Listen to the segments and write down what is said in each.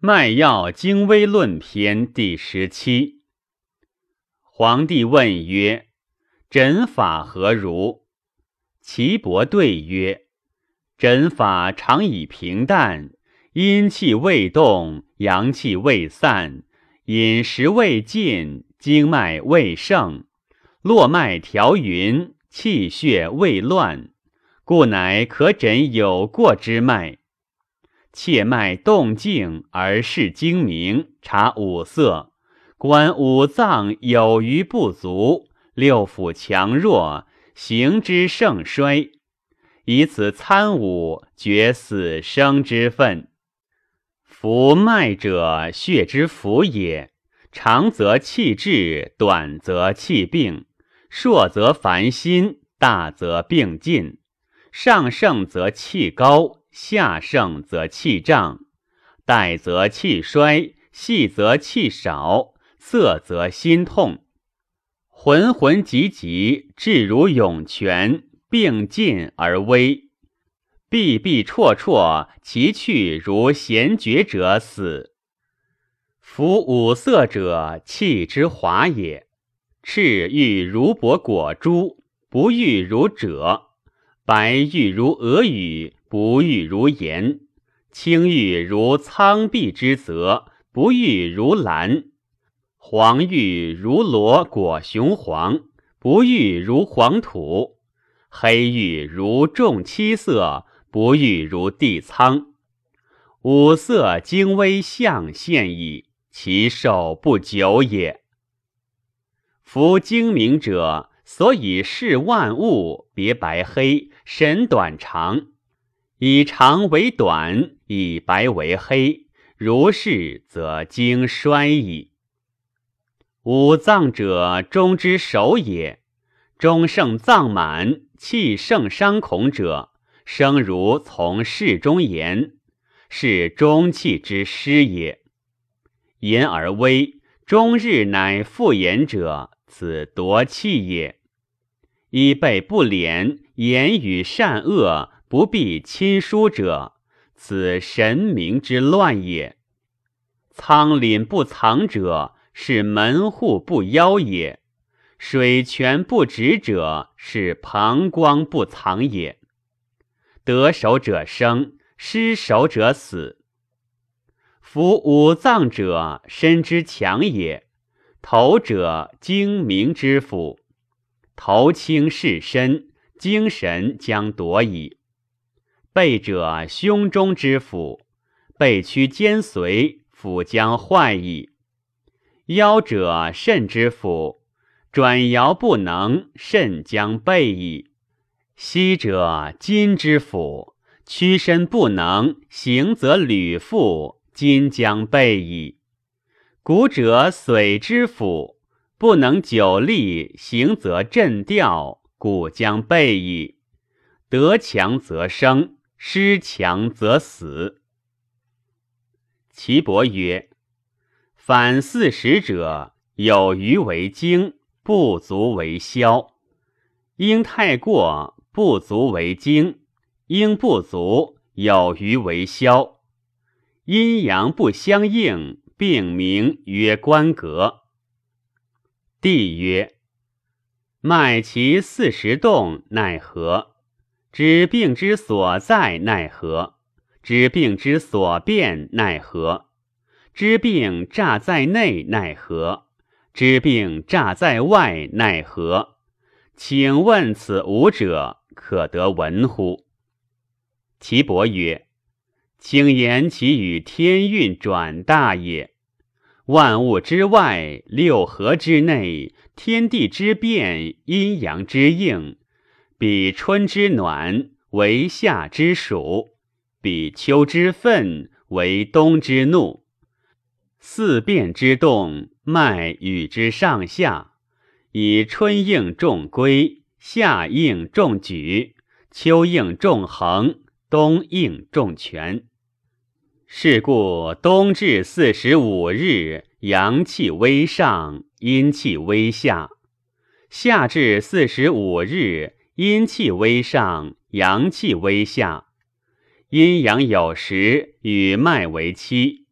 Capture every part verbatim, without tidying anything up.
脉要精微论篇第十七。皇帝问曰：诊法何如？岐伯对曰：诊法常以平淡，阴气未动，阳气未散，饮食未尽，经脉未盛，络脉调匀，气血未乱，故乃可诊有过之脉。切脉动静而视精明，察五色，观五脏有余不足，六腑强弱，形之盛衰，以此参五，决死生之分。浮脉者，血之浮也，长则气滞，短则气病，硕则烦心，大则病尽，上盛则气高，下盛则气胀，带则气衰，细则气少，涩则心痛，浑浑急急，至如涌泉，病尽而危，闭闭绰绰，其去如弦绝者死。夫五色者，气之华也。赤欲如柏果株，不欲如赭；白玉如鹅羽，不欲如盐；青玉如苍碧之泽，不欲如蓝；黄玉如罗果雄黄，不欲如黄土；黑玉如重漆色，不欲如地苍。五色精微象现矣，其寿不久也。夫精明者，所以视万物，别白黑，审短长，以长为短，以白为黑，如是则精衰矣。五脏者，中之首也。中盛脏满，气盛伤恐者，生如从室中言，是中气之失也。言而微，终日乃复言者，此夺气也。衣被不敛，言语善恶，不必亲疏者，此神明之乱也。仓廪不藏者，是门户不邀也。水泉不止者，是膀胱不藏也。得手者生，失手者死。夫五脏者，身之强也。头者，精明之府，头轻是身，精神将夺矣。背者，胸中之府，背屈肩随，府将坏矣。腰者，肾之府，转摇不能，肾将备矣。膝者，筋之府，屈身不能，行则履复，筋将备矣。骨者，髓之府，不能久立，行则震掉，骨将备矣。得强则生，失强则死。岐伯曰：反四时者，有余为精，不足为消；应太过，不足为精；应不足，有余为消。阴阳不相应，病名曰关格。帝曰：脉其四时动，奈何？知病之所在，奈何？知病之所变，奈何？知病诈在内，奈何？知病诈在外，奈何？请问此五者，可得闻乎？岐伯曰：请言其与天运转大也。万物之外，六合之内，天地之变，阴阳之应，比春之暖，为夏之暑；比秋之愤，为冬之怒。四变之动，脉与之上下，以春应众归，夏应众举，秋应众横，冬应众全。是故冬至四十五日，阳气微上，阴气微下；夏至四十五日，阴气微上，阳气微下。阴阳有时，与脉为期。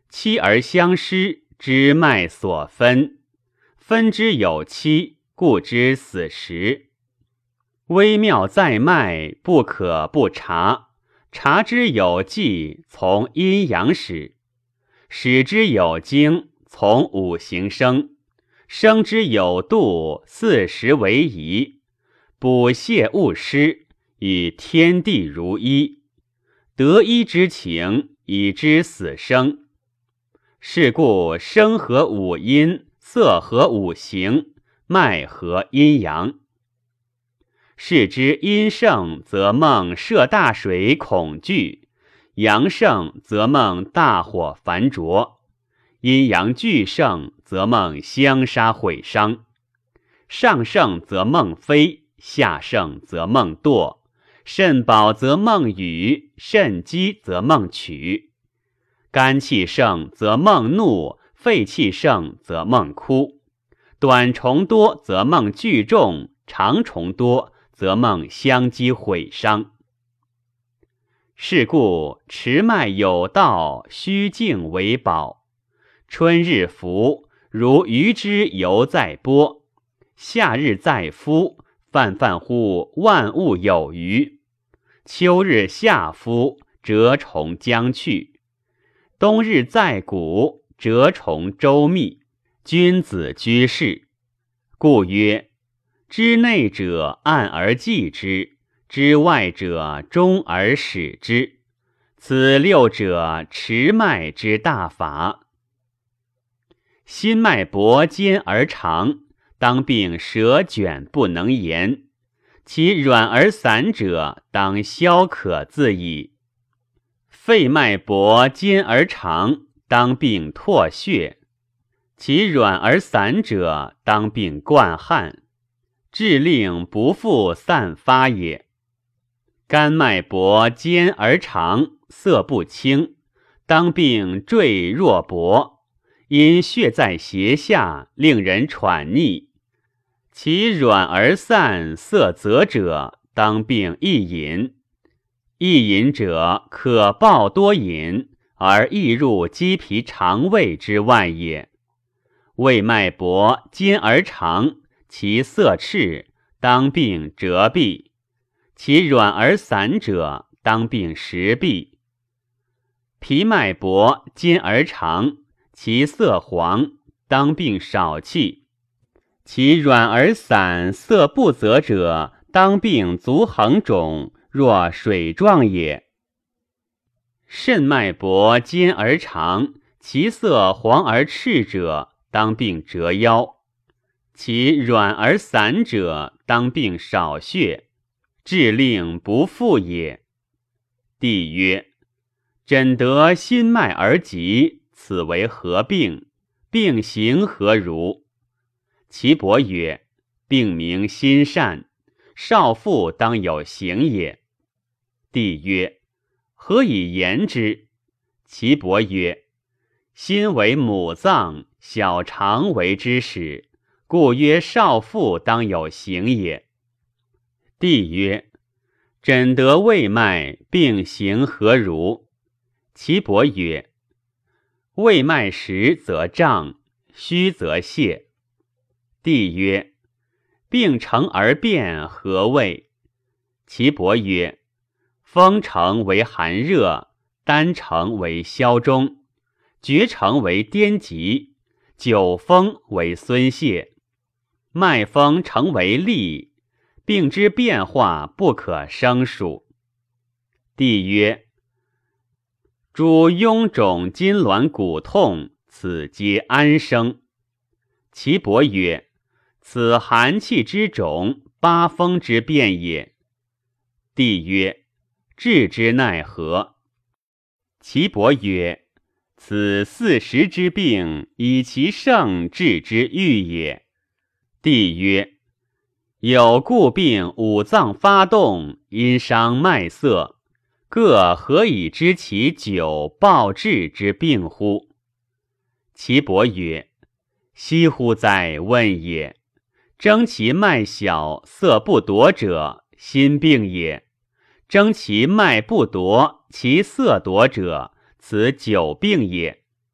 期而相失，支脉所分，分之有期，故知死时。微妙在脉，不可不察。察之有纪，从阴阳始；始之有经，从五行生；生之有度，四时为宜。补泻勿失，与天地如一。得一之情，以知死生。是故生合五阴，色合五行，脉合阴阳。是之阴盛则梦涉大水恐惧，阳盛则梦大火繁灼，阴阳俱盛则梦相杀毁伤。上盛则梦飞，下盛则梦堕，肾饱则梦语，肾积则梦取。肝气盛则梦怒，肺气盛则梦哭。短虫多则梦聚众，长虫多则梦相击毁伤。是故持脉有道，虚静为宝。春日服，如鱼之犹在波；夏日在夫，泛泛乎万物有余。秋日下夫，蛰虫将去；冬日在谷，蛰虫周密。君子居士，故曰：知内者暗而记之，知外者忠而使之。此六者持脉之大法。心脉搏坚而长，当病舌卷不能言；其软而散者，当消可自已。肺脉搏坚而长，当病唾血；其软而散者，当病灌汗。致令不复散发也。肝脉搏坚而长，色不清，当病坠若薄，因血在胁下，令人喘逆。其软而散，色泽者，当病易饮。易饮者，可暴多饮，而易入肌皮肠胃之外也。胃脉搏坚而长，其色赤，当病折臂；其软而散者，当病食闭。脾脉搏坚而长，其色黄，当病少气；其软而散，色不泽者，当病足横肿，若水状也。肾脉搏坚而长，其色黄而赤者，当病折腰；其软而散者，当病少血，致令不复也。帝曰：诊得心脉而急，此为何病？病形何如？岐伯曰：病名心疝，少妇当有形也。帝曰：何以言之？岐伯曰：心为母脏，小肠为之始，故曰少妇当有形也。帝曰：诊得胃脉，病形何如？岐伯曰：胃脉实则胀，虚则泄。帝曰：病成而变，何谓？岐伯曰：风成为寒热，单成为消中，厥成为颠急，久风为孙泄，脉风成为痢，病之变化不可胜数。帝曰：诸臃肿筋挛骨痛，此皆安生？岐伯曰：此寒气之种，八风之变也。帝曰：治之奈何？岐伯曰：此四时之病，以其盛治之愈也。帝曰：有故病五脏发动，因伤脉色，各何以知其久暴治之病乎？岐伯曰：惜乎哉，问也！征其脉小，色不夺者，心病也；征其脉不夺，其色夺者，此久病也。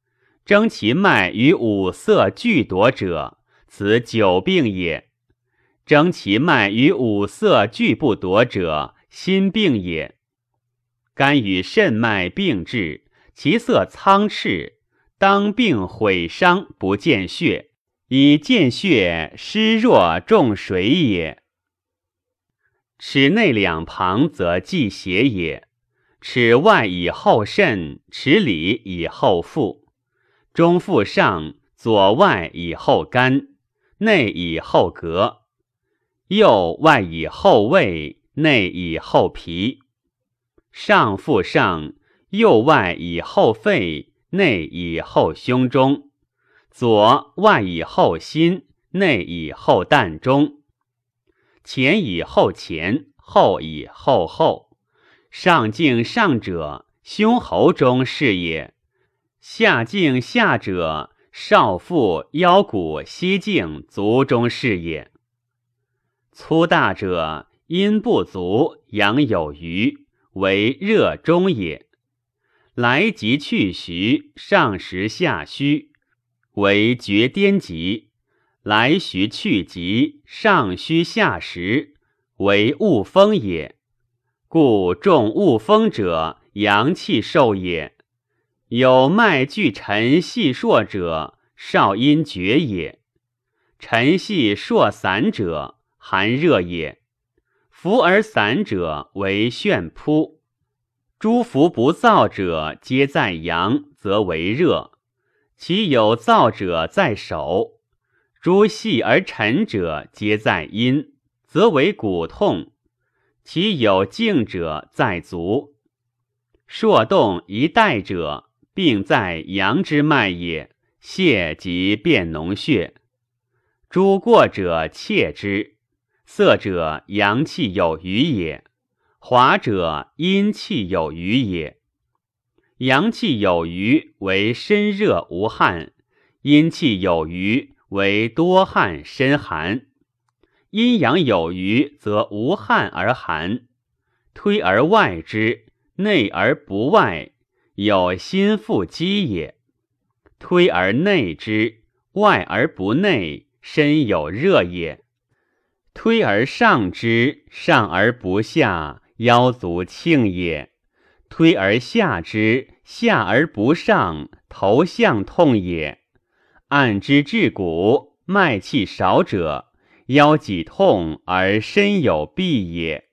征其脉与五色俱夺者，此久病也；征其脉与五色俱不夺者，心病也。肝与肾脉并至，其色苍赤，当病毁伤，不见血，以见血湿弱重水也。齿内两旁则忌邪也，齿外以后肾，齿里以后腹，中腹上左外以后肝，内以后膈，右外以后胃，内以后脾，上腹上右外以后肺，内以后胸中，左外以后心，内以后膻中，前以后前，后以后后。上颈上者，胸喉中是也；下颈下者，少腹腰骨膝颈足中是也。粗大者，阴不足，阳有余，为热中也；来急去徐，上实下虚，为厥颠急；来徐去急，上虚下实，为恶风也。故重恶风者，阳气受也；有脉聚沉细硕者，少阴厥也。沉细硕散者，寒热也；浮而散者，为眩扑。诸浮不燥者，皆在阳，则为热；其有燥者在手。诸细而沉者，皆在阴，则为骨痛；其有静者在足。硕动一带者，病在阳之脉也，泻即变脓血。诸过者切之，涩者阳气有余也，滑者阴气有余也。阳气有余为身热无汗，阴气有余为多汗身寒。阴阳有余，则无汗而寒。推而外之，内而不外，有心腹积也；推而内之，外而不内，身有热也；推而上之，上而不下，腰足庆也；推而下之，下而不上，头项痛也。按之至骨，脉气少者，腰脊痛而身有痹也。